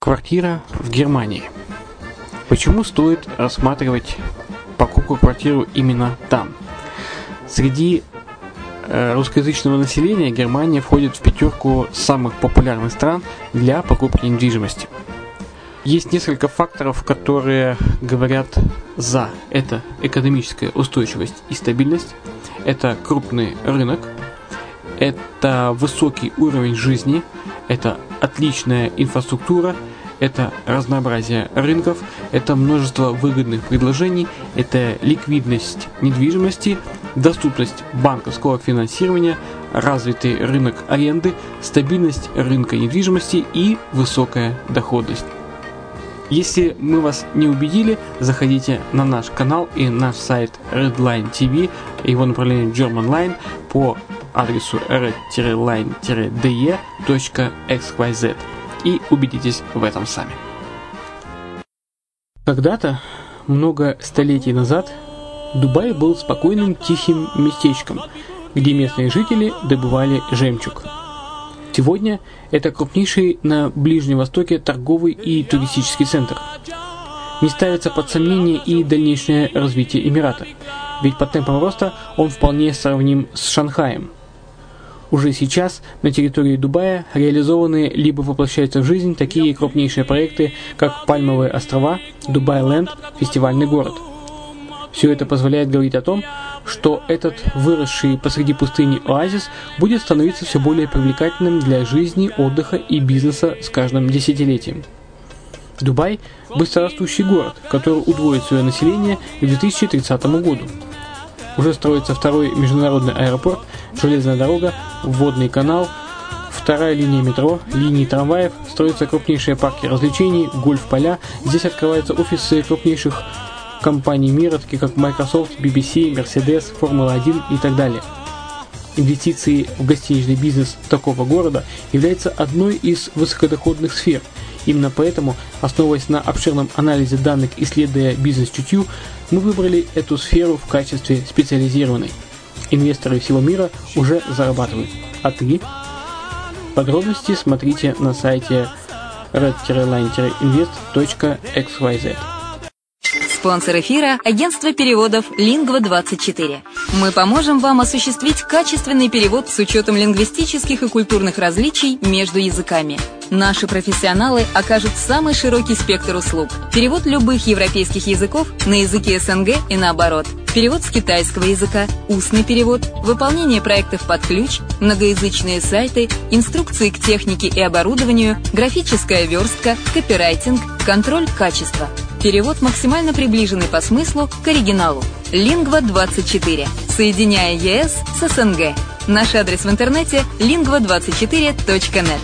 Квартира в Германии. Почему стоит рассматривать покупку квартиры именно там? Среди русскоязычного населения Германия входит в пятерку самых популярных стран для покупки недвижимости. Есть несколько факторов, которые говорят за. Это экономическая устойчивость и стабильность, это крупный рынок, это высокий уровень жизни, это отличная инфраструктура, это разнообразие рынков, это множество выгодных предложений, это ликвидность недвижимости, доступность банковского финансирования, развитый рынок аренды, стабильность рынка недвижимости и высокая доходность. Если мы вас не убедили, заходите на наш канал и наш сайт Redline TV, его направление German Line по адресу red-line-de.xyz и убедитесь в этом сами. Когда-то, много столетий назад, Дубай был спокойным тихим местечком, где местные жители добывали жемчуг. Сегодня это крупнейший на Ближнем Востоке торговый и туристический центр. Не ставится под сомнение и дальнейшее развитие Эмирата, ведь по темпам роста он вполне сравним с Шанхаем. Уже сейчас на территории Дубая реализованы либо воплощаются в жизнь такие крупнейшие проекты, как Пальмовые острова, Дубай-Ленд, фестивальный город. Все это позволяет говорить о том, что этот выросший посреди пустыни оазис будет становиться все более привлекательным для жизни, отдыха и бизнеса с каждым десятилетием. Дубай – быстрорастущий город, который удвоит свое население к 2030 году. Уже строится второй международный аэропорт, железная дорога, водный канал, вторая линия метро, линии трамваев, строятся крупнейшие парки развлечений, гольф-поля. Здесь открываются офисы крупнейших компаний мира, таких как Microsoft, BBC, Mercedes, Формула-1 и так далее. Инвестиции в гостиничный бизнес такого города являются одной из высокодоходных сфер. Именно поэтому, основываясь на обширном анализе данных, исследуя бизнес-чутью, мы выбрали эту сферу в качестве специализированной. Инвесторы всего мира уже зарабатывают. А ты? Подробности смотрите на сайте red-line-invest.xyz. Спонсор эфира – агентство переводов Lingva24. Мы поможем вам осуществить качественный перевод с учетом лингвистических и культурных различий между языками. Наши профессионалы окажут самый широкий спектр услуг. Перевод любых европейских языков на языки СНГ и наоборот. Перевод с китайского языка, устный перевод, выполнение проектов под ключ, многоязычные сайты, инструкции к технике и оборудованию, графическая верстка, копирайтинг, контроль качества. Перевод максимально приближенный по смыслу к оригиналу. Lingva24. Соединяя ЕС с СНГ. Наш адрес в интернете lingva24.net.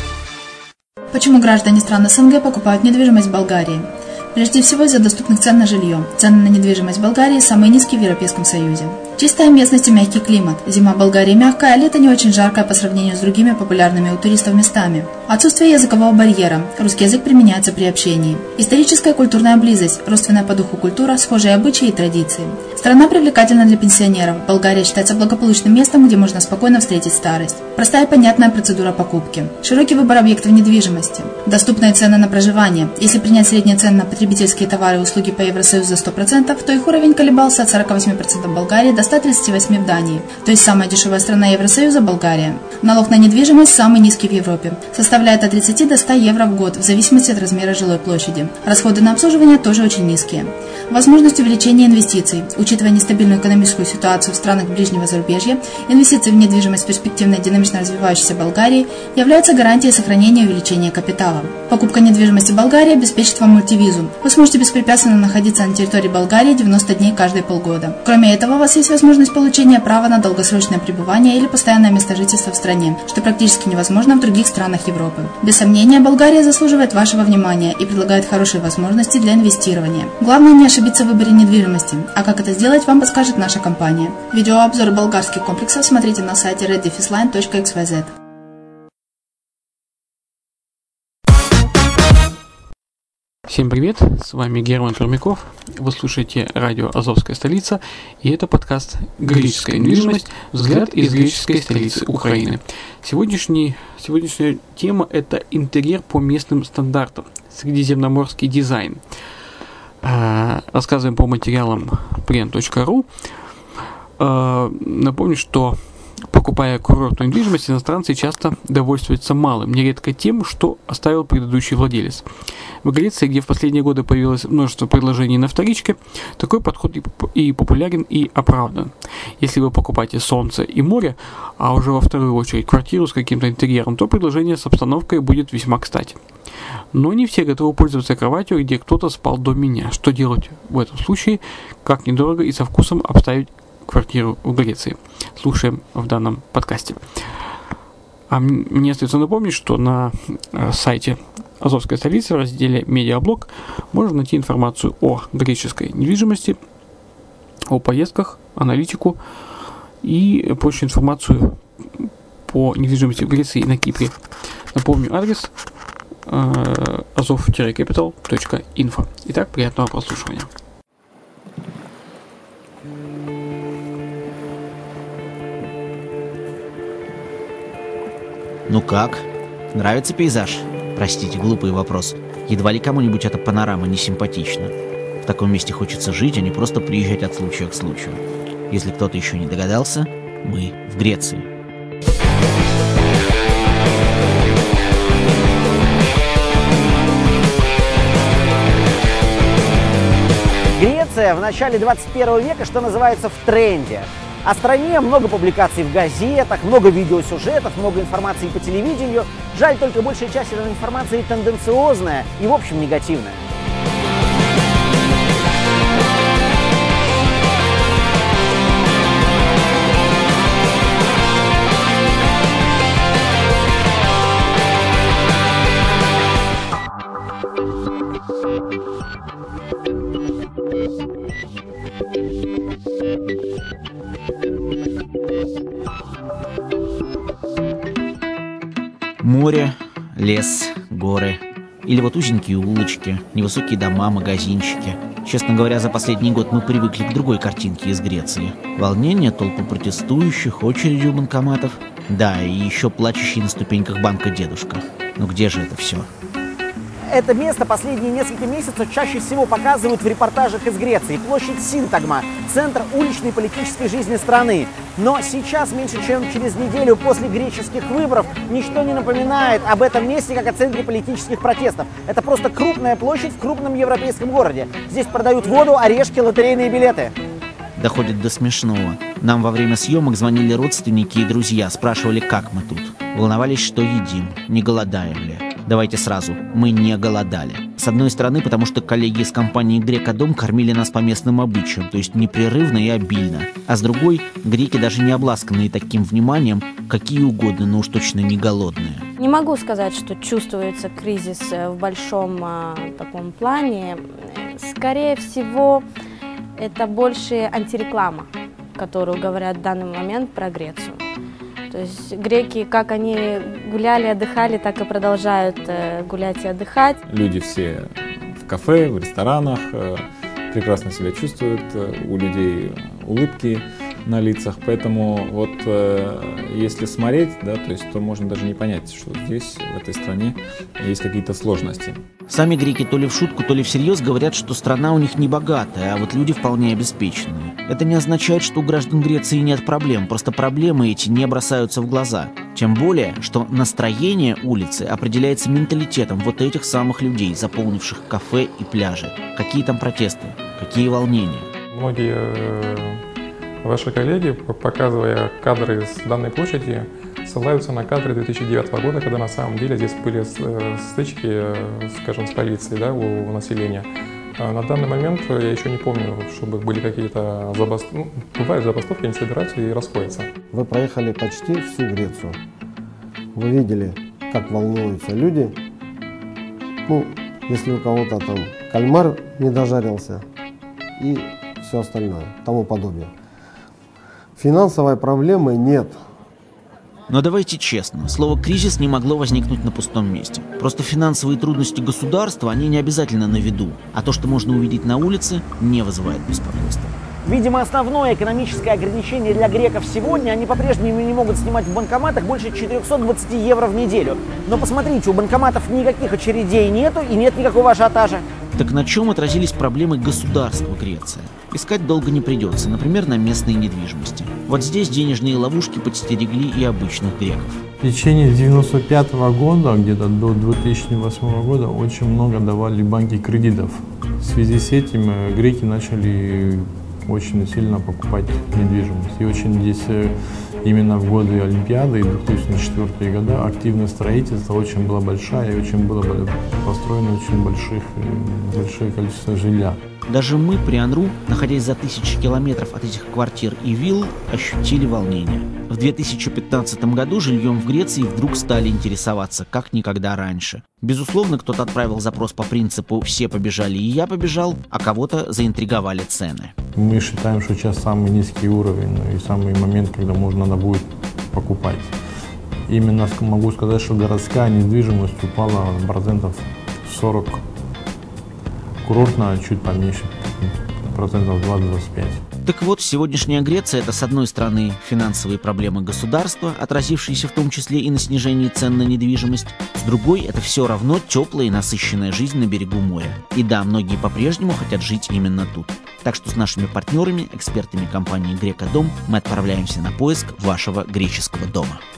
Почему граждане стран СНГ покупают недвижимость в Болгарии? Прежде всего из-за доступных цен на жилье. Цены на недвижимость в Болгарии самые низкие в Европейском Союзе. Чистая местность и мягкий климат. Зима в Болгарии мягкая, а лето не очень жаркое по сравнению с другими популярными у туристов местами. Отсутствие языкового барьера. Русский язык применяется при общении. Историческая и культурная близость. Родственная по духу культура, схожие обычаи и традиции. Страна привлекательна для пенсионеров. Болгария считается благополучным местом, где можно спокойно встретить старость. Простая и понятная процедура покупки. Широкий выбор объектов недвижимости. Доступные цены на проживание. Если принять средние цены на потребительские товары и услуги по Евросоюзу за 100%, то их уровень колебался от 48% в Болгарии до 138% в Дании. То есть самая дешевая страна Евросоюза – Болгария. Налог на недвижимость самый низкий в Европе. Составляет от 30 до 100 евро в год, в зависимости от размера жилой площади. Расходы на обслуживание тоже очень низкие. Возможность увеличения инвестиций. Учитывая нестабильную экономическую ситуацию в странах ближнего зарубежья, инвестиции в недвижимость в перспективной динамично развивающейся Болгарии являются гарантией сохранения и увеличения капитала. Покупка недвижимости в Болгарии обеспечит вам мультивизу. Вы сможете беспрепятственно находиться на территории Болгарии 90 дней каждые полгода. Кроме этого, у вас есть возможность получения права на долгосрочное пребывание или постоянное место жительства в стране, что практически невозможно в других странах Европы. Без сомнения, Болгария заслуживает вашего внимания и предлагает хорошие возможности для инвестирования. Главное не ошибиться в выборе недвижимости, а как это сделать, вам подскажет наша компания. Видеообзор болгарских комплексов смотрите на сайте red-line.xyz. Всем привет, с вами Герман Пермяков, вы слушаете радио «Азовская столица», и это подкаст «Греческая недвижимость. Взгляд из греческой столицы Украины». Сегодняшняя тема – это интерьер по местным стандартам, средиземноморский дизайн. Рассказываем по материалам plan.ru. Напомню, что покупая курортную недвижимость, иностранцы часто довольствуются малым, нередко тем, что оставил предыдущий владелец. В Греции, где в последние годы появилось множество предложений на вторичке, такой подход и популярен, и оправдан. Если вы покупаете солнце и море, а уже во вторую очередь квартиру с каким-то интерьером, то предложение с обстановкой будет весьма кстати. Но не все готовы пользоваться кроватью, где кто-то спал до меня. Что делать в этом случае? Как недорого и со вкусом обставить квартиру в Греции? Слушаем в данном подкасте. А мне остается напомнить, что на сайте Азовской столицы в разделе «Медиаблог» можно найти информацию о греческой недвижимости, о поездках, аналитику и прочую информацию по недвижимости в Греции и на Кипре. Напомню адрес azov-capital.info. Итак, приятного прослушивания. Ну как? Нравится пейзаж? Простите, глупый вопрос. Едва ли кому-нибудь эта панорама не симпатична. В таком месте хочется жить, а не просто приезжать от случая к случаю. Если кто-то еще не догадался, мы в Греции. Греция в начале 21 века, что называется, в тренде. О стране много публикаций в газетах, много видеосюжетов, много информации по телевидению. Жаль, только большая часть этой информации тенденциозная и, в общем, негативная. Море, лес, горы. Или вот узенькие улочки, невысокие дома, магазинчики. Честно говоря, за последний год мы привыкли к другой картинке из Греции. Волнение, толпы протестующих, очереди у банкоматов. Да, и еще плачущий на ступеньках банка дедушка. Но где же это все? Это место последние несколько месяцев чаще всего показывают в репортажах из Греции. Площадь Синтагма, центр уличной политической жизни страны. Но сейчас, меньше чем через неделю после греческих выборов, ничто не напоминает об этом месте, как о центре политических протестов. Это просто крупная площадь в крупном европейском городе. Здесь продают воду, орешки, лотерейные билеты. Доходит до смешного. Нам во время съемок звонили родственники и друзья, спрашивали, как мы тут. Волновались, что едим, не голодаем ли. Давайте сразу, мы не голодали. С одной стороны, потому что коллеги из компании «Грекодом» кормили нас по местным обычаям, то есть непрерывно и обильно. А с другой, греки даже не обласканные таким вниманием, какие угодно, но уж точно не голодные. Не могу сказать, что чувствуется кризис в большом таком плане. Скорее всего, это больше антиреклама, которую говорят в данный момент про Грецию. То есть греки, как они гуляли, отдыхали, так и продолжают гулять и отдыхать. Люди все в кафе, в ресторанах, прекрасно себя чувствуют, у людей улыбки на лицах, поэтому вот если смотреть, да, то можно даже не понять, что здесь, в этой стране, есть какие-то сложности. Сами греки то ли в шутку, то ли всерьез говорят, что страна у них не богатая, а вот люди вполне обеспеченные. Это не означает, что у граждан Греции нет проблем, просто проблемы эти не бросаются в глаза. Тем более, что настроение улицы определяется менталитетом вот этих самых людей, заполнивших кафе и пляжи. Какие там протесты, какие волнения. Многие ваши коллеги, показывая кадры с данной площади, ссылаются на кадры 2009 года, когда на самом деле здесь были стычки, скажем, с полицией, да, у населения. На данный момент я еще не помню, чтобы были какие-то забастовки. Бывают забастовки, они собираются и расходятся. Вы проехали почти всю Грецию. Вы видели, как волнуются люди. Если у кого-то там кальмар не дожарился и все остальное, тому подобное. Финансовой проблемы нет. Но давайте честно, слово «кризис» не могло возникнуть на пустом месте. Просто финансовые трудности государства, они не обязательно на виду, а то, что можно увидеть на улице, не вызывает беспокойства. Видимо, основное экономическое ограничение для греков сегодня, они по-прежнему не могут снимать в банкоматах больше 420 евро в неделю. Но посмотрите, у банкоматов никаких очередей нету и нет никакого ажиотажа. Так на чем отразились проблемы государства Греции? Искать долго не придется, например, на местной недвижимости. Вот здесь денежные ловушки подстерегли и обычных греков. В течение 1995 года, где-то до 2008 года, очень много давали банки кредитов. В связи с этим греки начали очень сильно покупать недвижимость. И очень здесь именно в годы Олимпиады и 2004 года активность строительства очень была большая и очень было построено очень большое количество жилья. Даже мы при Анру, находясь за тысячи километров от этих квартир и вилл, ощутили волнение. В 2015 году жильем в Греции вдруг стали интересоваться как никогда раньше. Безусловно, кто-то отправил запрос по принципу «все побежали и я побежал», а кого-то заинтриговали цены. Мы считаем, что сейчас самый низкий уровень и самый момент, когда надо будет покупать. Именно могу сказать, что городская недвижимость упала процентов 40. Курортная чуть поменьше, процентов 20-25. Так вот, сегодняшняя Греция – это, с одной стороны, финансовые проблемы государства, отразившиеся в том числе и на снижении цен на недвижимость. С другой, это все равно теплая и насыщенная жизнь на берегу моря. И да, многие по-прежнему хотят жить именно тут. Так что с нашими партнерами, экспертами компании «Грекодом», мы отправляемся на поиск вашего греческого дома.